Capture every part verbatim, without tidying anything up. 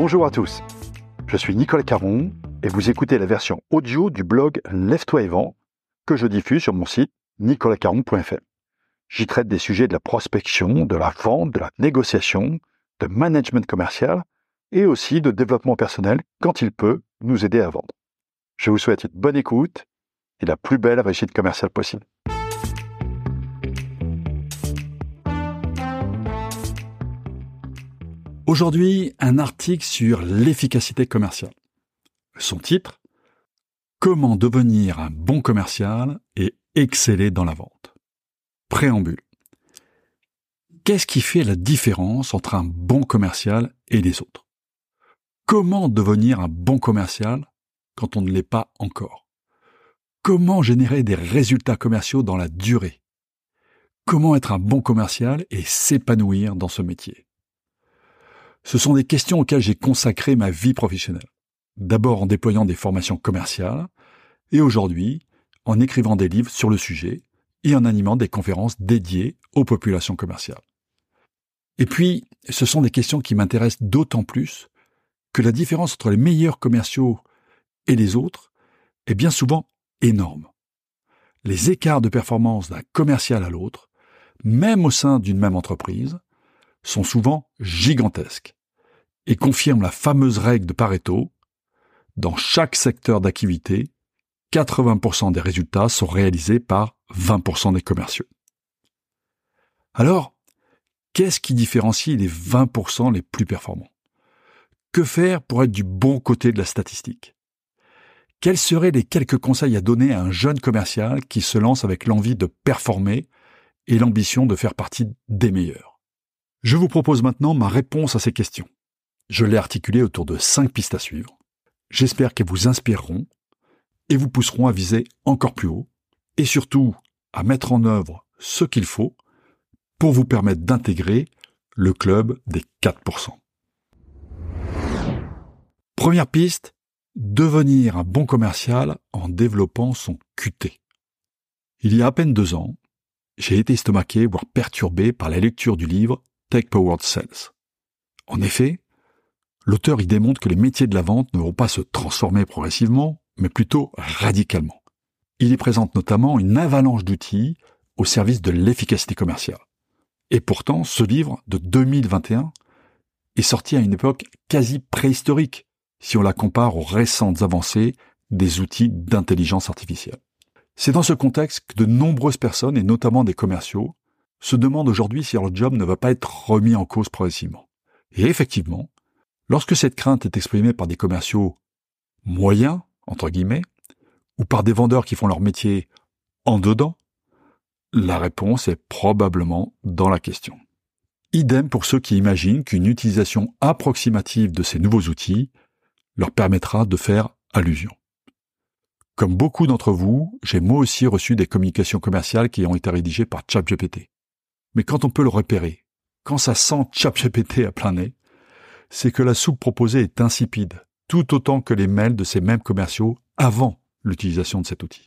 Bonjour à tous, je suis Nicolas Caron et vous écoutez la version audio du blog Lève-toi et vends que je diffuse sur mon site nicolas caron point f m. J'y traite des sujets de la prospection, de la vente, de la négociation, de management commercial et aussi de développement personnel quand il peut nous aider à vendre. Je vous souhaite une bonne écoute et la plus belle réussite commerciale possible. Aujourd'hui, un article sur l'efficacité commerciale. Son titre : Comment devenir un bon commercial et exceller dans la vente. Préambule. Qu'est-ce qui fait la différence entre un bon commercial et les autres ? Comment devenir un bon commercial quand on ne l'est pas encore ? Comment générer des résultats commerciaux dans la durée ? Comment être un bon commercial et s'épanouir dans ce métier ? Ce sont des questions auxquelles j'ai consacré ma vie professionnelle. D'abord en déployant des formations commerciales et aujourd'hui en écrivant des livres sur le sujet et en animant des conférences dédiées aux populations commerciales. Et puis, ce sont des questions qui m'intéressent d'autant plus que la différence entre les meilleurs commerciaux et les autres est bien souvent énorme. Les écarts de performance d'un commercial à l'autre, même au sein d'une même entreprise, sont souvent gigantesques et confirment la fameuse règle de Pareto. Dans chaque secteur d'activité, quatre-vingts pour cent des résultats sont réalisés par vingt pour cent des commerciaux. Alors, qu'est-ce qui différencie les vingt pour cent les plus performants ? Que faire pour être du bon côté de la statistique ? Quels seraient les quelques conseils à donner à un jeune commercial qui se lance avec l'envie de performer et l'ambition de faire partie des meilleurs ? Je vous propose maintenant ma réponse à ces questions. Je l'ai articulée autour de cinq pistes à suivre. J'espère qu'elles vous inspireront et vous pousseront à viser encore plus haut et surtout à mettre en œuvre ce qu'il faut pour vous permettre d'intégrer le club des quatre pour cent. Première piste, devenir un bon commercial en développant son Q T. Il y a à peine deux ans, j'ai été estomaqué, voire perturbé par la lecture du livre Tech Powered Sales. En effet, l'auteur y démontre que les métiers de la vente ne vont pas se transformer progressivement, mais plutôt radicalement. Il y présente notamment une avalanche d'outils au service de l'efficacité commerciale. Et pourtant, ce livre de deux mille vingt et un est sorti à une époque quasi préhistorique, si on la compare aux récentes avancées des outils d'intelligence artificielle. C'est dans ce contexte que de nombreuses personnes, et notamment des commerciaux, se demandent aujourd'hui si leur job ne va pas être remis en cause progressivement. Et effectivement, lorsque cette crainte est exprimée par des commerciaux moyens, entre guillemets, ou par des vendeurs qui font leur métier en dedans, la réponse est probablement dans la question. Idem pour ceux qui imaginent qu'une utilisation approximative de ces nouveaux outils leur permettra de faire allusion. Comme beaucoup d'entre vous, j'ai moi aussi reçu des communications commerciales qui ont été rédigées par ChatGPT. Mais quand on peut le repérer, quand ça sent ChatGPT à plein nez, c'est que la soupe proposée est insipide, tout autant que les mails de ces mêmes commerciaux avant l'utilisation de cet outil.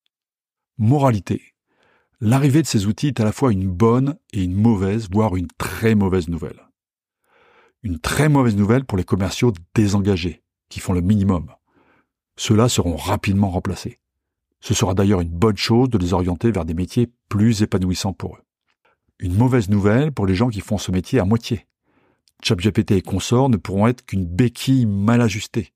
Moralité, l'arrivée de ces outils est à la fois une bonne et une mauvaise, voire une très mauvaise nouvelle. Une très mauvaise nouvelle pour les commerciaux désengagés, qui font le minimum. Ceux-là seront rapidement remplacés. Ce sera d'ailleurs une bonne chose de les orienter vers des métiers plus épanouissants pour eux. Une mauvaise nouvelle pour les gens qui font ce métier à moitié. ChatGPT et consorts ne pourront être qu'une béquille mal ajustée.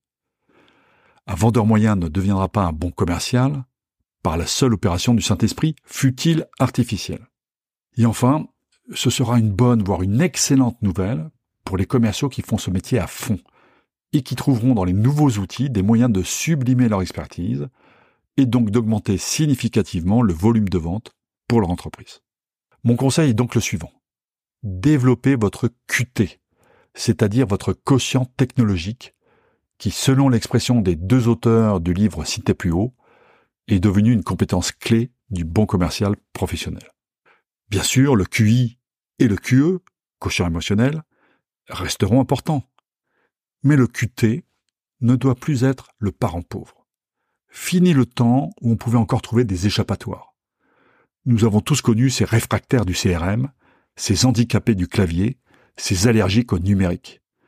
Un vendeur moyen ne deviendra pas un bon commercial par la seule opération du Saint-Esprit, fût-il artificiel. Et enfin, ce sera une bonne, voire une excellente nouvelle pour les commerciaux qui font ce métier à fond et qui trouveront dans les nouveaux outils des moyens de sublimer leur expertise et donc d'augmenter significativement le volume de vente pour leur entreprise. Mon conseil est donc le suivant. Développez votre Q T, c'est-à-dire votre quotient technologique, qui, selon l'expression des deux auteurs du livre cité plus haut, est devenu une compétence clé du bon commercial professionnel. Bien sûr, le Q I et le Q E, quotient émotionnel, resteront importants. Mais le Q T ne doit plus être le parent pauvre. Fini le temps où on pouvait encore trouver des échappatoires. Nous avons tous connu ces réfractaires du C R M, ces handicapés du clavier, ces allergiques au numérique.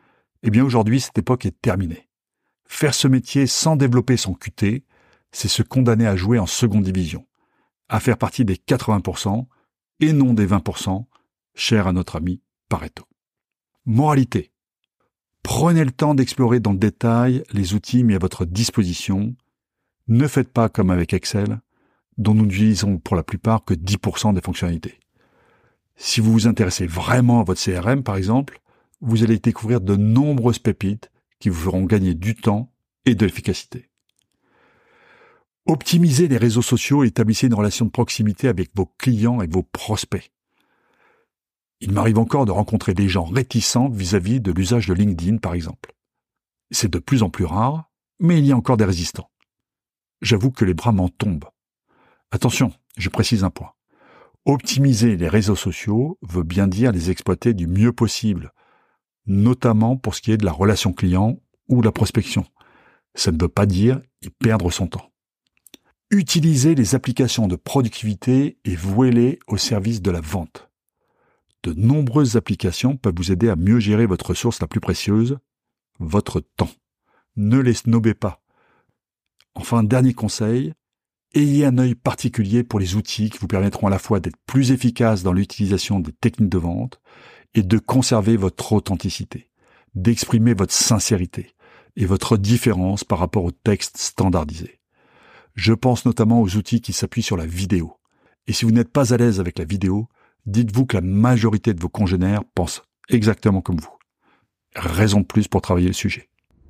Eh bien aujourd'hui, cette époque est terminée. Faire ce métier sans développer son Q T, c'est se condamner à jouer en seconde division, à faire partie des quatre-vingts pour cent et non des vingt pour cent, chers à notre ami Pareto. Moralité. Prenez le temps d'explorer dans le détail les outils mis à votre disposition. Ne faites pas comme avec Excel, dont nous n'utilisons pour la plupart que dix pour cent des fonctionnalités. Si vous vous intéressez vraiment à votre C R M, par exemple, vous allez découvrir de nombreuses pépites qui vous feront gagner du temps et de l'efficacité. Optimisez les réseaux sociaux et établissez une relation de proximité avec vos clients et vos prospects. Il m'arrive encore de rencontrer des gens réticents vis-à-vis de l'usage de LinkedIn, par exemple. C'est de plus en plus rare, mais il y a encore des résistants. J'avoue que les bras m'en tombent. Attention, je précise un point. Optimiser les réseaux sociaux veut bien dire les exploiter du mieux possible, notamment pour ce qui est de la relation client ou de la prospection. Ça ne veut pas dire y perdre son temps. Utilisez les applications de productivité et vouez-les au service de la vente. De nombreuses applications peuvent vous aider à mieux gérer votre ressource la plus précieuse, votre temps. Ne les snobez pas. Enfin, dernier conseil, ayez un œil particulier pour les outils qui vous permettront à la fois d'être plus efficace dans l'utilisation des techniques de vente et de conserver votre authenticité, d'exprimer votre sincérité et votre différence par rapport aux textes standardisés. Je pense notamment aux outils qui s'appuient sur la vidéo. Et si vous n'êtes pas à l'aise avec la vidéo, dites-vous que la majorité de vos congénères pensent exactement comme vous. Raison de plus pour travailler le sujet.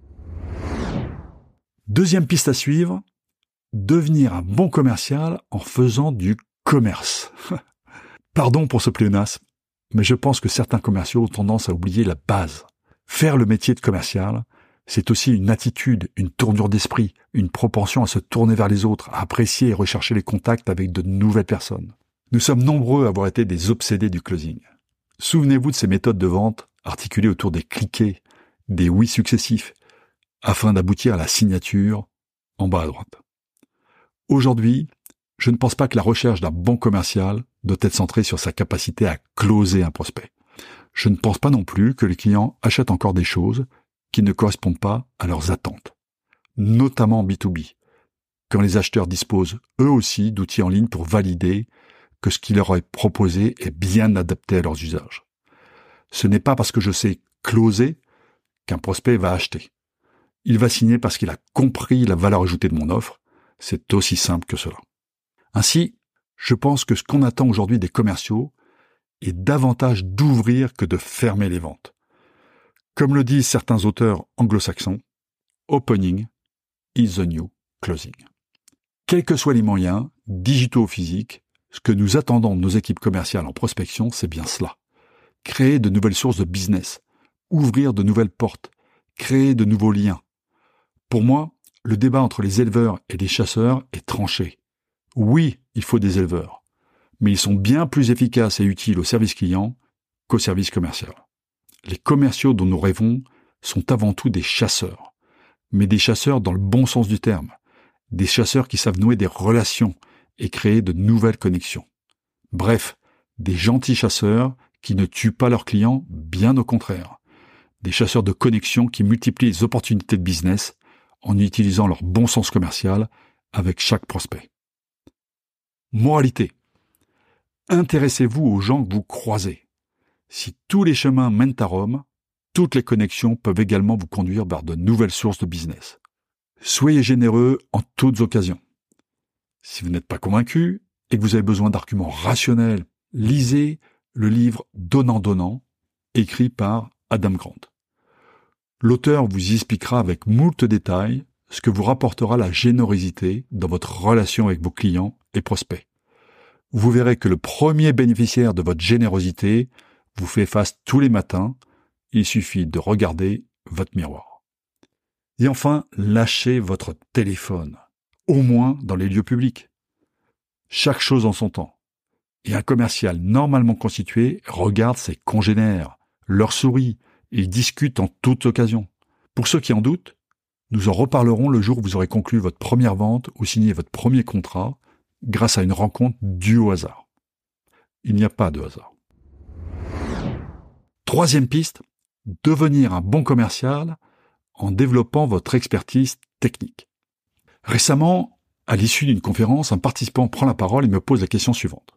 Deuxième piste à suivre, devenir un bon commercial en faisant du commerce. Pardon pour ce pléonasme, mais je pense que certains commerciaux ont tendance à oublier la base. Faire le métier de commercial, c'est aussi une attitude, une tournure d'esprit, une propension à se tourner vers les autres, à apprécier et rechercher les contacts avec de nouvelles personnes. Nous sommes nombreux à avoir été des obsédés du closing. Souvenez-vous de ces méthodes de vente articulées autour des cliquets, des oui successifs, afin d'aboutir à la signature en bas à droite. Aujourd'hui, je ne pense pas que la recherche d'un bon commercial doit être centrée sur sa capacité à closer un prospect. Je ne pense pas non plus que les clients achètent encore des choses qui ne correspondent pas à leurs attentes, notamment en B deux B, quand les acheteurs disposent eux aussi d'outils en ligne pour valider que ce qui leur est proposé est bien adapté à leurs usages. Ce n'est pas parce que je sais closer qu'un prospect va acheter. Il va signer parce qu'il a compris la valeur ajoutée de mon offre. C'est aussi simple que cela. Ainsi, je pense que ce qu'on attend aujourd'hui des commerciaux est davantage d'ouvrir que de fermer les ventes. Comme le disent certains auteurs anglo-saxons, opening is the new closing. Quels que soient les moyens, digitaux ou physiques, ce que nous attendons de nos équipes commerciales en prospection, c'est bien cela. Créer de nouvelles sources de business, ouvrir de nouvelles portes, créer de nouveaux liens. Pour moi, le débat entre les éleveurs et les chasseurs est tranché. Oui, il faut des éleveurs, mais ils sont bien plus efficaces et utiles au service client qu'au service commercial. Les commerciaux dont nous rêvons sont avant tout des chasseurs, mais des chasseurs dans le bon sens du terme, des chasseurs qui savent nouer des relations et créer de nouvelles connexions. Bref, des gentils chasseurs qui ne tuent pas leurs clients, bien au contraire. Des chasseurs de connexions qui multiplient les opportunités de business en utilisant leur bon sens commercial avec chaque prospect. Moralité. Intéressez-vous aux gens que vous croisez. Si tous les chemins mènent à Rome, toutes les connexions peuvent également vous conduire vers de nouvelles sources de business. Soyez généreux en toutes occasions. Si vous n'êtes pas convaincu et que vous avez besoin d'arguments rationnels, lisez le livre Donnant-Donnant, écrit par Adam Grant. L'auteur vous y expliquera avec moult détails ce que vous rapportera la générosité dans votre relation avec vos clients et prospects. Vous verrez que le premier bénéficiaire de votre générosité vous fait face tous les matins. Il suffit de regarder votre miroir. Et enfin, lâchez votre téléphone, au moins dans les lieux publics. Chaque chose en son temps. Et un commercial normalement constitué regarde ses congénères, leur sourit et discute en toute occasion. Pour ceux qui en doutent, nous en reparlerons le jour où vous aurez conclu votre première vente ou signé votre premier contrat grâce à une rencontre due au hasard. Il n'y a pas de hasard. Troisième piste, devenir un bon commercial en développant votre expertise technique. Récemment, à l'issue d'une conférence, un participant prend la parole et me pose la question suivante.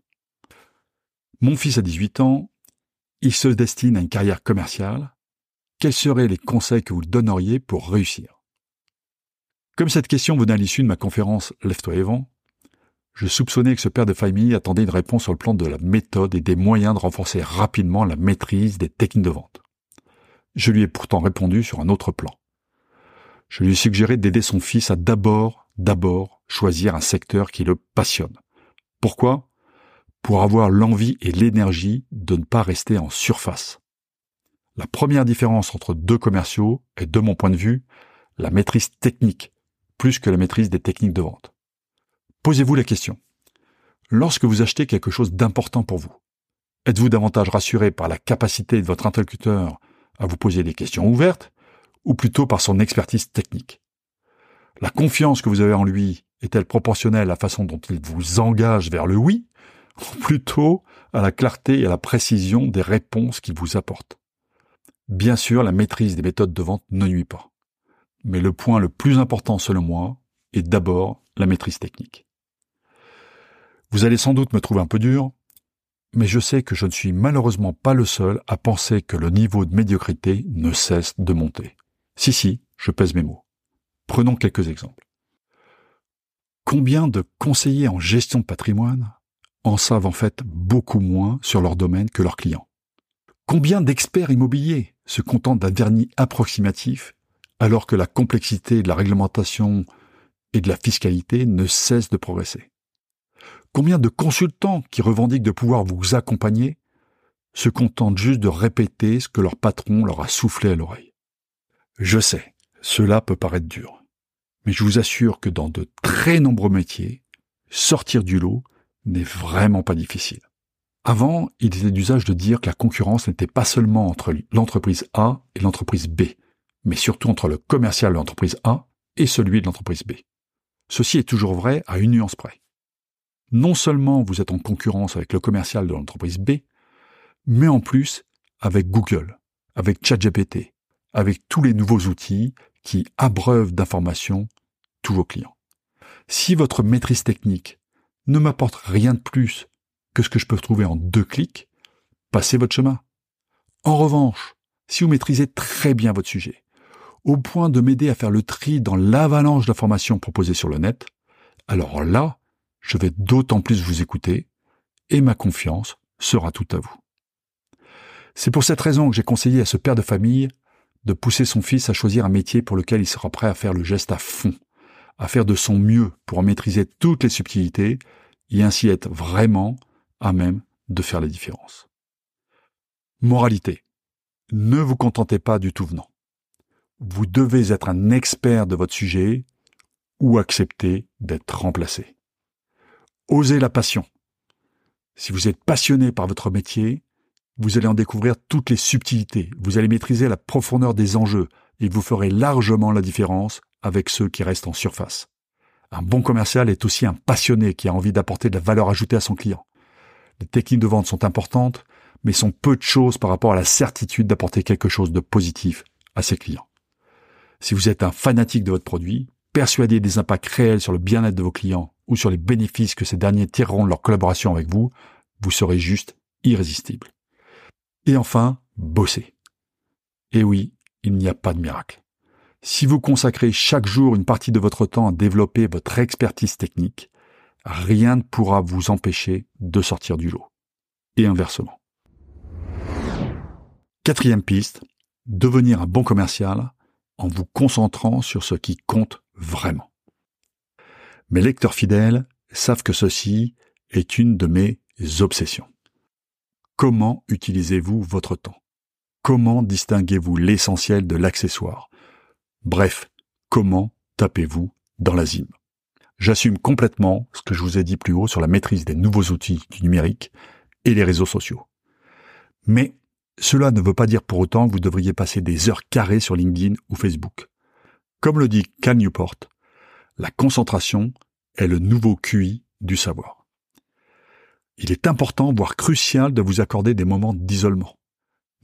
Mon fils a dix-huit ans, il se destine à une carrière commerciale. Quels seraient les conseils que vous lui donneriez pour réussir? Comme cette question venait à l'issue de ma conférence Lève-toi et vends, je soupçonnais que ce père de famille attendait une réponse sur le plan de la méthode et des moyens de renforcer rapidement la maîtrise des techniques de vente. Je lui ai pourtant répondu sur un autre plan. Je lui ai suggéré d'aider son fils à d'abord, d'abord choisir un secteur qui le passionne. Pourquoi? Pour avoir l'envie et l'énergie de ne pas rester en surface. La première différence entre deux commerciaux est, de mon point de vue, la maîtrise technique, plus que la maîtrise des techniques de vente. Posez-vous la question. Lorsque vous achetez quelque chose d'important pour vous, êtes-vous davantage rassuré par la capacité de votre interlocuteur à vous poser des questions ouvertes, ou plutôt par son expertise technique? La confiance que vous avez en lui est-elle proportionnelle à la façon dont il vous engage vers le oui, ou plutôt à la clarté et à la précision des réponses qu'il vous apporte? Bien sûr, la maîtrise des méthodes de vente ne nuit pas. Mais le point le plus important, selon moi, est d'abord la maîtrise technique. Vous allez sans doute me trouver un peu dur, mais je sais que je ne suis malheureusement pas le seul à penser que le niveau de médiocrité ne cesse de monter. Si, si, je pèse mes mots. Prenons quelques exemples. Combien de conseillers en gestion de patrimoine en savent en fait beaucoup moins sur leur domaine que leurs clients? Combien d'experts immobiliers se contentent d'un vernis approximatif alors que la complexité de la réglementation et de la fiscalité ne cesse de progresser? Combien de consultants qui revendiquent de pouvoir vous accompagner se contentent juste de répéter ce que leur patron leur a soufflé à l'oreille? Je sais, cela peut paraître dur, mais je vous assure que dans de très nombreux métiers, sortir du lot n'est vraiment pas difficile. Avant, il était d'usage de dire que la concurrence n'était pas seulement entre l'entreprise A et l'entreprise B, mais surtout entre le commercial de l'entreprise A et celui de l'entreprise B. Ceci est toujours vrai à une nuance près. Non seulement vous êtes en concurrence avec le commercial de l'entreprise B, mais en plus avec Google, avec ChatGPT, avec tous les nouveaux outils qui abreuvent d'informations tous vos clients. Si votre maîtrise technique ne m'apporte rien de plus que ce que je peux trouver en deux clics, passez votre chemin. En revanche, si vous maîtrisez très bien votre sujet, au point de m'aider à faire le tri dans l'avalanche d'informations proposées sur le net, alors là, je vais d'autant plus vous écouter et ma confiance sera toute à vous. C'est pour cette raison que j'ai conseillé à ce père de famille de pousser son fils à choisir un métier pour lequel il sera prêt à faire le geste à fond, à faire de son mieux pour en maîtriser toutes les subtilités et ainsi être vraiment à même de faire la différence. Moralité. Ne vous contentez pas du tout venant. Vous devez être un expert de votre sujet ou accepter d'être remplacé. Osez la passion. Si vous êtes passionné par votre métier, vous allez en découvrir toutes les subtilités, vous allez maîtriser la profondeur des enjeux et vous ferez largement la différence avec ceux qui restent en surface. Un bon commercial est aussi un passionné qui a envie d'apporter de la valeur ajoutée à son client. Les techniques de vente sont importantes, mais sont peu de choses par rapport à la certitude d'apporter quelque chose de positif à ses clients. Si vous êtes un fanatique de votre produit, persuadé des impacts réels sur le bien-être de vos clients ou sur les bénéfices que ces derniers tireront de leur collaboration avec vous, vous serez juste irrésistible. Et enfin, bossez. Et oui, il n'y a pas de miracle. Si vous consacrez chaque jour une partie de votre temps à développer votre expertise technique, rien ne pourra vous empêcher de sortir du lot. Et inversement. Quatrième piste, devenir un bon commercial en vous concentrant sur ce qui compte vraiment. Mes lecteurs fidèles savent que ceci est une de mes obsessions. Comment utilisez-vous votre temps? Comment distinguez-vous l'essentiel de l'accessoire? Bref, comment tapez-vous dans l'azime? J'assume complètement ce que je vous ai dit plus haut sur la maîtrise des nouveaux outils du numérique et les réseaux sociaux. Mais cela ne veut pas dire pour autant que vous devriez passer des heures carrées sur LinkedIn ou Facebook. Comme le dit Cal Newport, la concentration est le nouveau Q I du savoir. Il est important, voire crucial, de vous accorder des moments d'isolement.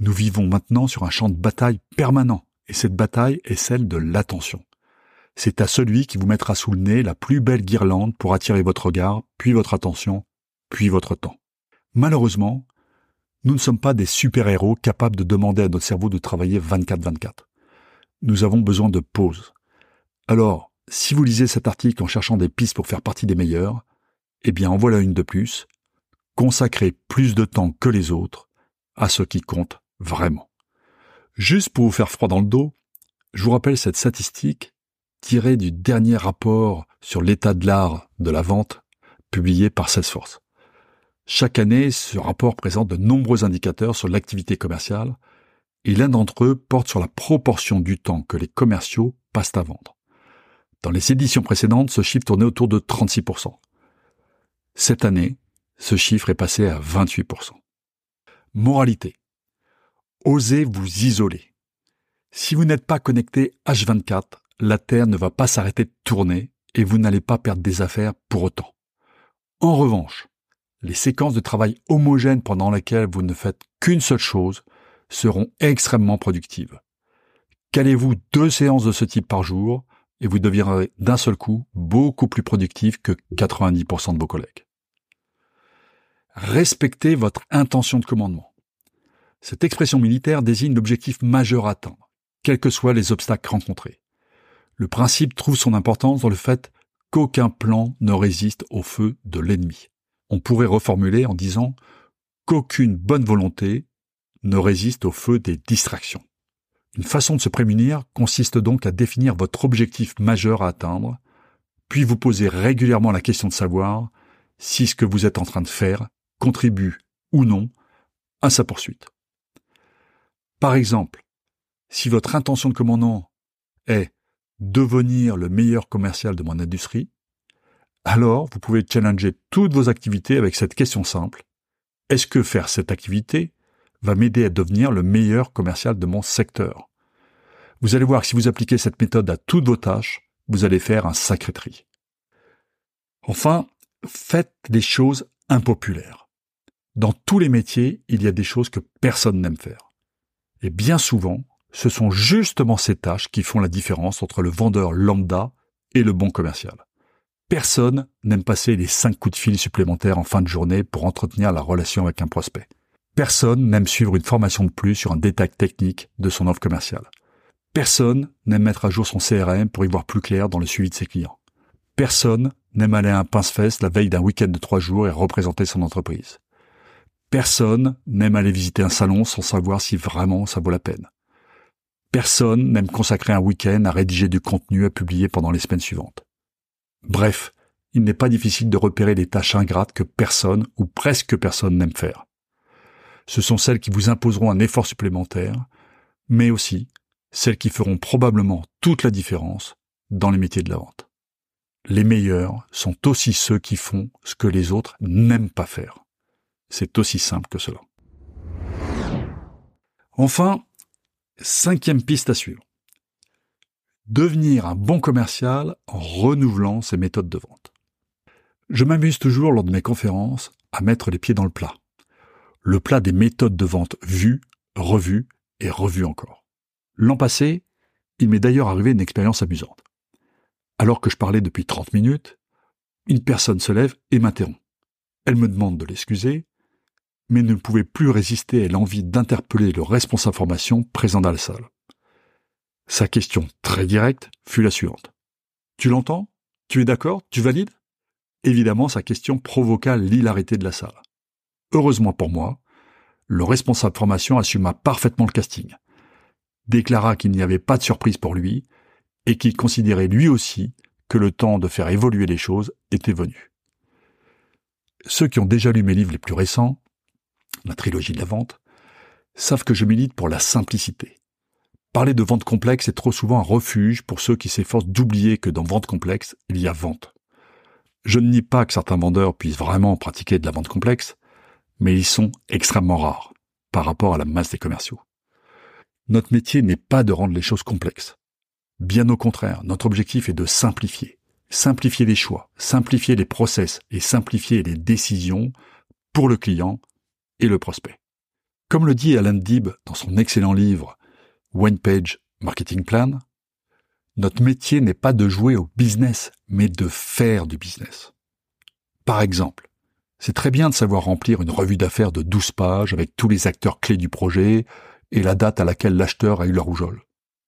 Nous vivons maintenant sur un champ de bataille permanent, et cette bataille est celle de l'attention. C'est à celui qui vous mettra sous le nez la plus belle guirlande pour attirer votre regard, puis votre attention, puis votre temps. Malheureusement, nous ne sommes pas des super-héros capables de demander à notre cerveau de travailler vingt-quatre vingt-quatre. Nous avons besoin de pause. Alors, si vous lisez cet article en cherchant des pistes pour faire partie des meilleurs, eh bien en voilà une de plus. Consacrez plus de temps que les autres à ce qui compte vraiment. Juste pour vous faire froid dans le dos, je vous rappelle cette statistique tirée du dernier rapport sur l'état de l'art de la vente publié par Salesforce. Chaque année, ce rapport présente de nombreux indicateurs sur l'activité commerciale et l'un d'entre eux porte sur la proportion du temps que les commerciaux passent à vendre. Dans les éditions précédentes, ce chiffre tournait autour de trente-six pour cent. Cette année, ce chiffre est passé à vingt-huit pour cent. Moralité. Osez vous isoler. Si vous n'êtes pas connecté H vingt-quatre, la Terre ne va pas s'arrêter de tourner et vous n'allez pas perdre des affaires pour autant. En revanche, les séquences de travail homogènes pendant lesquelles vous ne faites qu'une seule chose seront extrêmement productives. Calez-vous deux séances de ce type par jour et vous deviendrez d'un seul coup beaucoup plus productif que quatre-vingt-dix pour cent de vos collègues. Respectez votre intention de commandement. Cette expression militaire désigne l'objectif majeur à atteindre, quels que soient les obstacles rencontrés. Le principe trouve son importance dans le fait qu'aucun plan ne résiste au feu de l'ennemi. On pourrait reformuler en disant qu'aucune bonne volonté ne résiste au feu des distractions. Une façon de se prémunir consiste donc à définir votre objectif majeur à atteindre, puis vous poser régulièrement la question de savoir si ce que vous êtes en train de faire contribue ou non à sa poursuite. Par exemple, si votre intention de commandement est devenir le meilleur commercial de mon industrie, alors vous pouvez challenger toutes vos activités avec cette question simple. Est-ce que faire cette activité va m'aider à devenir le meilleur commercial de mon secteur? Vous allez voir que si vous appliquez cette méthode à toutes vos tâches, vous allez faire un sacré tri. Enfin, faites des choses impopulaires. Dans tous les métiers, il y a des choses que personne n'aime faire. Et bien souvent, ce sont justement ces tâches qui font la différence entre le vendeur lambda et le bon commercial. Personne n'aime passer les cinq coups de fil supplémentaires en fin de journée pour entretenir la relation avec un prospect. Personne n'aime suivre une formation de plus sur un détail technique de son offre commerciale. Personne n'aime mettre à jour son C R M pour y voir plus clair dans le suivi de ses clients. Personne n'aime aller à un pince-fesse la veille d'un week-end de trois jours et représenter son entreprise. Personne n'aime aller visiter un salon sans savoir si vraiment ça vaut la peine. Personne n'aime consacrer un week-end à rédiger du contenu à publier pendant les semaines suivantes. Bref, il n'est pas difficile de repérer les tâches ingrates que personne ou presque personne n'aime faire. Ce sont celles qui vous imposeront un effort supplémentaire, mais aussi celles qui feront probablement toute la différence dans les métiers de la vente. Les meilleurs sont aussi ceux qui font ce que les autres n'aiment pas faire. C'est aussi simple que cela. Enfin, cinquième piste à suivre. Devenir un bon commercial en renouvelant ses méthodes de vente. Je m'amuse toujours lors de mes conférences à mettre les pieds dans le plat. Le plat des méthodes de vente vues, revues et revues encore. L'an passé, il m'est d'ailleurs arrivé une expérience amusante. Alors que je parlais depuis trente minutes, une personne se lève et m'interrompt. Elle me demande de l'excuser, mais ne pouvait plus résister à l'envie d'interpeller le responsable formation présent dans la salle. Sa question très directe fut la suivante. « Tu l'entends? Tu es d'accord? Tu valides ?» Évidemment, sa question provoqua l'hilarité de la salle. Heureusement pour moi, le responsable formation assuma parfaitement le casting, déclara qu'il n'y avait pas de surprise pour lui et qu'il considérait lui aussi que le temps de faire évoluer les choses était venu. Ceux qui ont déjà lu mes livres les plus récents, la trilogie de la vente, savent que je milite pour la simplicité. Parler de vente complexe est trop souvent un refuge pour ceux qui s'efforcent d'oublier que dans vente complexe, il y a vente. Je ne nie pas que certains vendeurs puissent vraiment pratiquer de la vente complexe, mais ils sont extrêmement rares par rapport à la masse des commerciaux. Notre métier n'est pas de rendre les choses complexes. Bien au contraire, notre objectif est de simplifier. Simplifier les choix, simplifier les process et simplifier les décisions pour le client et le prospect. Comme le dit Alan Dib dans son excellent livre One Page Marketing Plan, notre métier n'est pas de jouer au business, mais de faire du business. Par exemple, c'est très bien de savoir remplir une revue d'affaires de douze pages avec tous les acteurs clés du projet et la date à laquelle l'acheteur a eu la rougeole.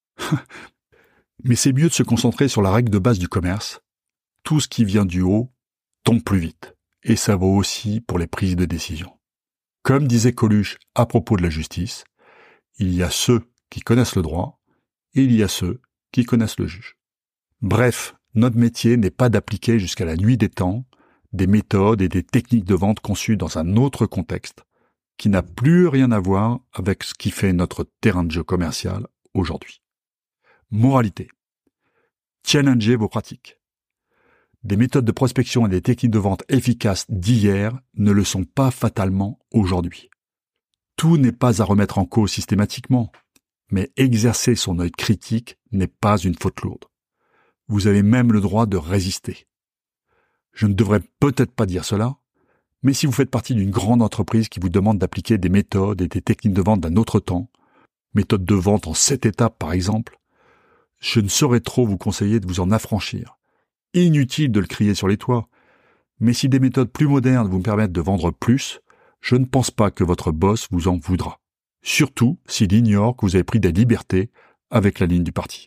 Mais c'est mieux de se concentrer sur la règle de base du commerce. Tout ce qui vient du haut tombe plus vite. Et ça vaut aussi pour les prises de décision. Comme disait Coluche à propos de la justice, il y a ceux qui connaissent le droit et il y a ceux qui connaissent le juge. Bref, notre métier n'est pas d'appliquer jusqu'à la nuit des temps des méthodes et des techniques de vente conçues dans un autre contexte qui n'a plus rien à voir avec ce qui fait notre terrain de jeu commercial aujourd'hui. Moralité. Challengez vos pratiques. Des méthodes de prospection et des techniques de vente efficaces d'hier ne le sont pas fatalement aujourd'hui. Tout n'est pas à remettre en cause systématiquement, mais exercer son œil critique n'est pas une faute lourde. Vous avez même le droit de résister. Je ne devrais peut-être pas dire cela, mais si vous faites partie d'une grande entreprise qui vous demande d'appliquer des méthodes et des techniques de vente d'un autre temps, méthodes de vente en sept étapes par exemple, je ne saurais trop vous conseiller de vous en affranchir. Inutile de le crier sur les toits, mais si des méthodes plus modernes vous permettent de vendre plus, je ne pense pas que votre boss vous en voudra. Surtout s'il ignore que vous avez pris des libertés avec la ligne du parti.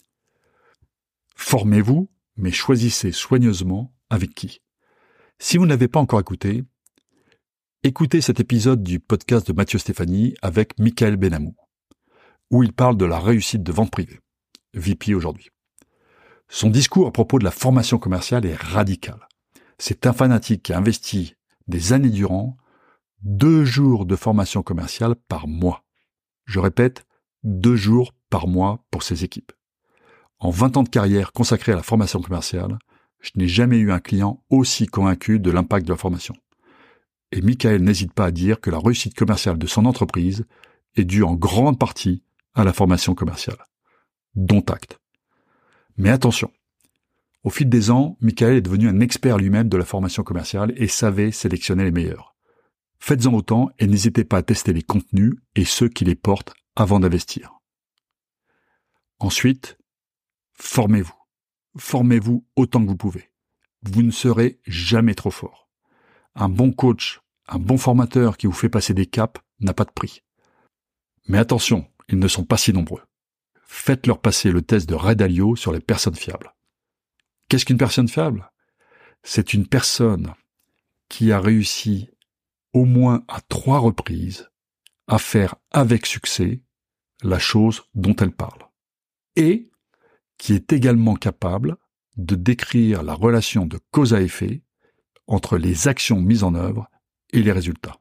Formez-vous, mais choisissez soigneusement avec qui. Si vous n'avez pas encore écouté, écoutez cet épisode du podcast de Mathieu Stéphanie avec Michael Benamou, où il parle de la réussite de vente privée, V P aujourd'hui. Son discours à propos de la formation commerciale est radical. C'est un fanatique qui a investi des années durant deux jours de formation commerciale par mois. Je répète, deux jours par mois pour ses équipes. En vingt ans de carrière consacrée à la formation commerciale, je n'ai jamais eu un client aussi convaincu de l'impact de la formation. Et Michael n'hésite pas à dire que la réussite commerciale de son entreprise est due en grande partie à la formation commerciale. Dont acte. Mais attention, au fil des ans, Michael est devenu un expert lui-même de la formation commerciale et savait sélectionner les meilleurs. Faites-en autant et n'hésitez pas à tester les contenus et ceux qui les portent avant d'investir. Ensuite, formez-vous. Formez-vous autant que vous pouvez. Vous ne serez jamais trop fort. Un bon coach, un bon formateur qui vous fait passer des caps n'a pas de prix. Mais attention, ils ne sont pas si nombreux. Faites-leur passer le test de Ray Dalio sur les personnes fiables. Qu'est-ce qu'une personne fiable ? C'est une personne qui a réussi au moins à trois reprises à faire avec succès la chose dont elle parle. Et qui est également capable de décrire la relation de cause à effet entre les actions mises en œuvre et les résultats.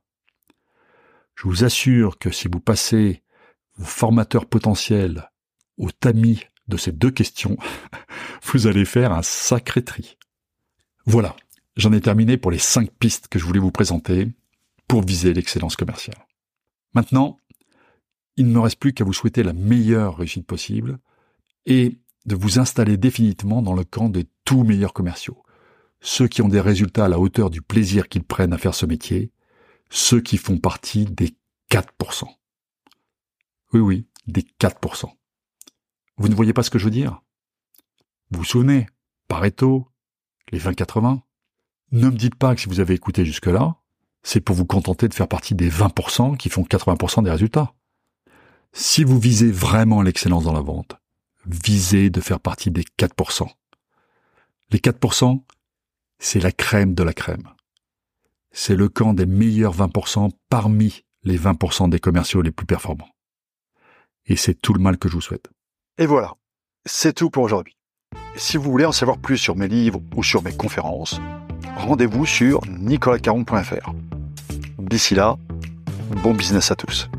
Je vous assure que si vous passez vos formateurs potentiels au tamis de ces deux questions, vous allez faire un sacré tri. Voilà, j'en ai terminé pour les cinq pistes que je voulais vous présenter pour viser l'excellence commerciale. Maintenant, il ne me reste plus qu'à vous souhaiter la meilleure réussite possible et de vous installer définitivement dans le camp des tout meilleurs commerciaux. Ceux qui ont des résultats à la hauteur du plaisir qu'ils prennent à faire ce métier, ceux qui font partie des quatre pour cent. Oui, oui, des quatre pour cent. Vous ne voyez pas ce que je veux dire ? Vous vous souvenez, Pareto, les vingt quatre-vingts ? Ne me dites pas que si vous avez écouté jusque-là, c'est pour vous contenter de faire partie des vingt pour cent qui font quatre-vingts pour cent des résultats. Si vous visez vraiment l'excellence dans la vente, visez de faire partie des quatre pour cent. Les quatre pour cent, c'est la crème de la crème. C'est le camp des meilleurs vingt pour cent parmi les vingt pour cent des commerciaux les plus performants. Et c'est tout le mal que je vous souhaite. Et voilà, c'est tout pour aujourd'hui. Si vous voulez en savoir plus sur mes livres ou sur mes conférences, rendez-vous sur nicolas caron point f r. D'ici là, bon business à tous.